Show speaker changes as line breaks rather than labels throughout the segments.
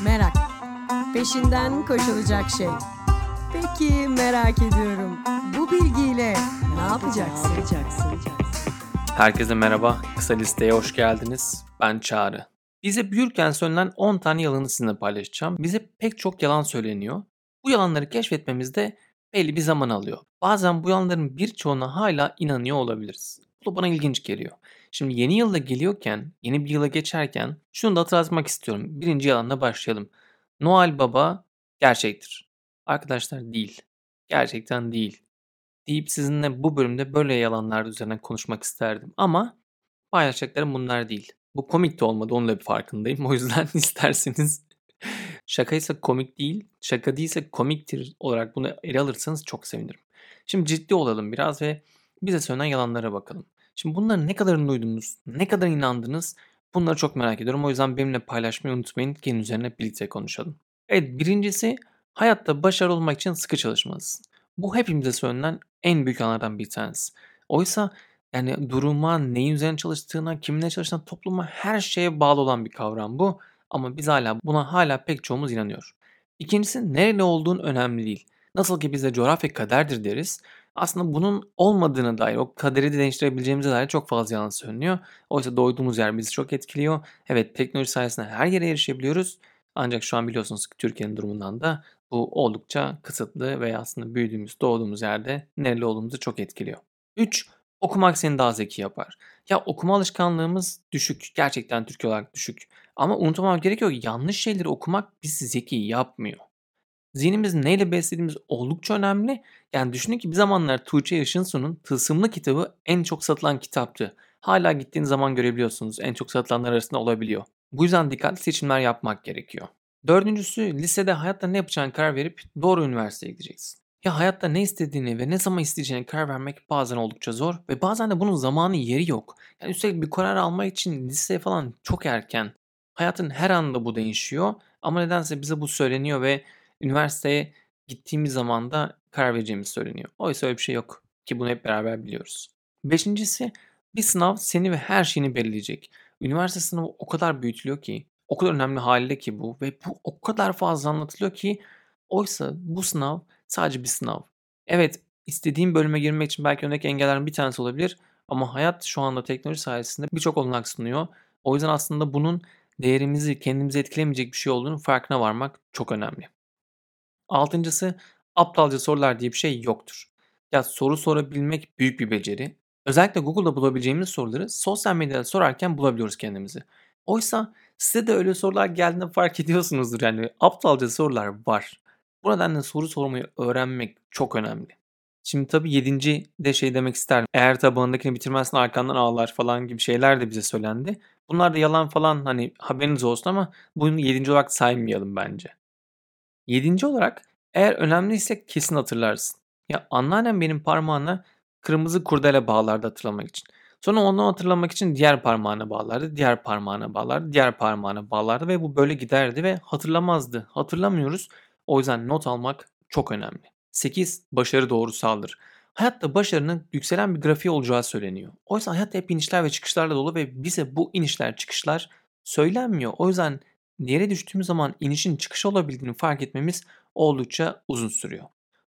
Merak. Peşinden koşulacak şey. Peki merak ediyorum. Bu bilgiyle ne yapacaksın?
Herkese merhaba. Kısa listeye hoş geldiniz. Ben Çağrı. Bize büyürken söylenen 10 tane yalanı sizinle paylaşacağım. Bize pek çok yalan söyleniyor. Bu yalanları keşfetmemiz de belli bir zaman alıyor. Bazen bu yalanların birçoğuna hala inanıyor olabiliriz. Bu da bana ilginç geliyor. Şimdi yeni yılda geliyorken, yeni bir yıla geçerken şunu da hatırlatmak istiyorum. Birinci yalanla başlayalım. Noel Baba gerçektir. Arkadaşlar değil. Gerçekten değil deyip sizinle bu bölümde böyle yalanlar üzerine konuşmak isterdim. Ama paylaşacaklarım bunlar değil. Bu komik de olmadı, onun da bir farkındayım. O yüzden isterseniz şakaysa komik değil, şaka değilse komiktir olarak bunu ele alırsanız çok sevinirim. Şimdi ciddi olalım biraz ve bize söylenen yalanlara bakalım. Şimdi bunları ne kadarını duydunuz, ne kadar inandınız bunları çok merak ediyorum. O yüzden benimle paylaşmayı unutmayın. Gelin üzerine birlikte konuşalım. Evet, birincisi hayatta başarılı olmak için sıkı çalışmalısın. Bu hepimize söylenen en büyük yalanlardan bir tanesi. Oysa yani duruma, neyin üzerine çalıştığına, kiminle çalıştığına, topluma her şeye bağlı olan bir kavram bu. Ama biz buna pek çoğumuz inanıyor. İkincisi nereli olduğun önemli değil. Nasıl ki bizde coğrafya kaderdir deriz. Aslında bunun olmadığına dair, o kaderi de değiştirebileceğimize dair çok fazla yalan söyleniyor. Oysa doğduğumuz yer bizi çok etkiliyor. Evet, teknoloji sayesinde her yere erişebiliyoruz. Ancak şu an biliyorsunuz ki Türkiye'nin durumundan da bu oldukça kısıtlı ve aslında büyüdüğümüz, doğduğumuz yerde nereli olduğumuzu çok etkiliyor. 3. Okumak seni daha zeki yapar. Ya okuma alışkanlığımız düşük. Gerçekten Türkiye olarak düşük. Ama unutmamak gerekiyor ki yanlış şeyleri okumak bizi zeki yapmıyor. Zihnimizi neyle beslediğimiz oldukça önemli. Yani düşünün ki bir zamanlar Tuğçe Işınsu'nun Tılsımlı kitabı en çok satılan kitaptı. Hala gittiğiniz zaman görebiliyorsunuz. En çok satılanlar arasında olabiliyor. Bu yüzden dikkatli seçimler yapmak gerekiyor. Dördüncüsü lisede hayatta ne yapacağını karar verip doğru üniversiteye gideceksin. Ya hayatta ne istediğini ve ne zaman isteyeceğini karar vermek bazen oldukça zor ve bazen de bunun zamanı yeri yok. Yani üstelik bir karar almak için lise falan çok erken. Hayatın her anında bu değişiyor ama nedense bize bu söyleniyor ve üniversiteye gittiğimiz zaman da karar vereceğimiz söyleniyor. Oysa öyle bir şey yok ki bunu hep beraber biliyoruz. Beşincisi bir sınav seni ve her şeyini belirleyecek. Üniversite sınavı o kadar büyütülüyor ki, o kadar önemli halde ki bu ve bu o kadar fazla anlatılıyor ki oysa bu sınav sadece bir sınav. Evet, istediğim bölüme girmek için belki öndeki engellerin bir tanesi olabilir ama hayat şu anda teknoloji sayesinde birçok olanak sunuyor. O yüzden aslında bunun değerimizi, kendimizi etkilemeyecek bir şey olduğunu farkına varmak çok önemli. Altıncısı aptalca sorular diye bir şey yoktur. Ya soru sorabilmek büyük bir beceri. Özellikle Google'da bulabileceğimiz soruları sosyal medyada sorarken bulabiliyoruz kendimizi. Oysa size de öyle sorular geldiğinde fark ediyorsunuzdur yani aptalca sorular var. Bu nedenle soru sormayı öğrenmek çok önemli. Şimdi tabii 7. de şey demek isterim. Eğer tabanındakini bitirmezsen arkandan ağlar falan gibi şeyler de bize söylendi. Bunlar da yalan falan hani haberiniz olsun ama bunu 7. olarak saymayalım bence. Yedinci olarak eğer önemliyse kesin hatırlarsın. Ya anneannem benim parmağına kırmızı kurdele bağlardı hatırlamak için. Sonra onu hatırlamak için diğer parmağına bağlardı, diğer parmağına bağlardı, diğer parmağına bağlardı ve bu böyle giderdi ve hatırlamazdı. Hatırlamıyoruz. O yüzden not almak çok önemli. 8. Başarı doğrusaldır. Hayatta başarının yükselen bir grafiği olacağı söyleniyor. Oysa hayat hep inişler ve çıkışlarla dolu ve bize bu inişler çıkışlar söylenmiyor. O yüzden yere düştüğümüz zaman inişin çıkış olabildiğini fark etmemiz oldukça uzun sürüyor.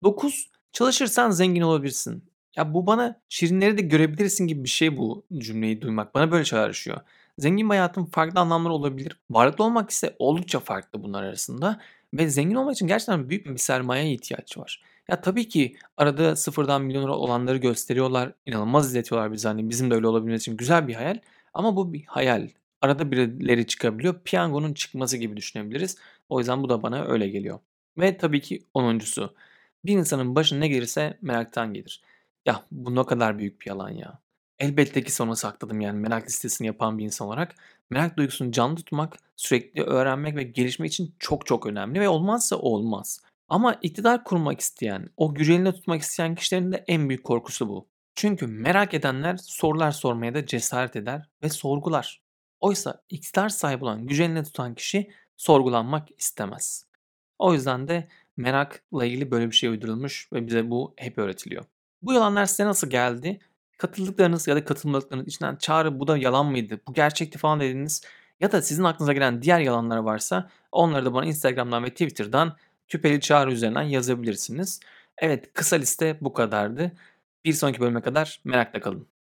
9. Çalışırsan zengin olabilirsin. Ya bu bana şirinleri de görebilirsin gibi bir şey bu cümleyi duymak. Bana böyle çağrışıyor. Zengin bir hayatın farklı anlamları olabilir. Varlıklı olmak ise oldukça farklı bunlar arasında. Ve zengin olmak için gerçekten büyük bir sermayeye ihtiyaç var. Ya tabii ki arada sıfırdan milyoner olanları gösteriyorlar. İnanılmaz izletiyorlar bizi. Hani bizim de öyle olabilmesi için güzel bir hayal. Ama bu bir hayal. Arada birileri çıkabiliyor. Piyangonun çıkması gibi düşünebiliriz. O yüzden bu da bana öyle geliyor. Ve tabii ki onuncusu. Bir insanın başına ne gelirse meraktan gelir. Ya bu ne kadar büyük bir yalan ya. Elbette ki sona sakladım yani merak listesini yapan bir insan olarak. Merak duygusunu canlı tutmak, sürekli öğrenmek ve gelişmek için çok çok önemli ve olmazsa olmaz. Ama iktidar kurmak isteyen, o gücü elinde tutmak isteyen kişilerin de en büyük korkusu bu. Çünkü merak edenler sorular sormaya da cesaret eder ve sorgular. Oysa iktidar sahibi olan, gücü eline tutan kişi sorgulanmak istemez. O yüzden de merakla ilgili böyle bir şey uydurulmuş ve bize bu hep öğretiliyor. Bu yalanlar size nasıl geldi? Katıldıklarınız ya da katılmadıklarınız içinden Çağrı bu da yalan mıydı? Bu gerçekti falan dediniz. Ya da sizin aklınıza gelen diğer yalanlar varsa onları da bana Instagram'dan ve Twitter'dan Küpeli Çağrı üzerinden yazabilirsiniz. Evet, kısa liste bu kadardı. Bir sonraki bölüme kadar merakla kalın.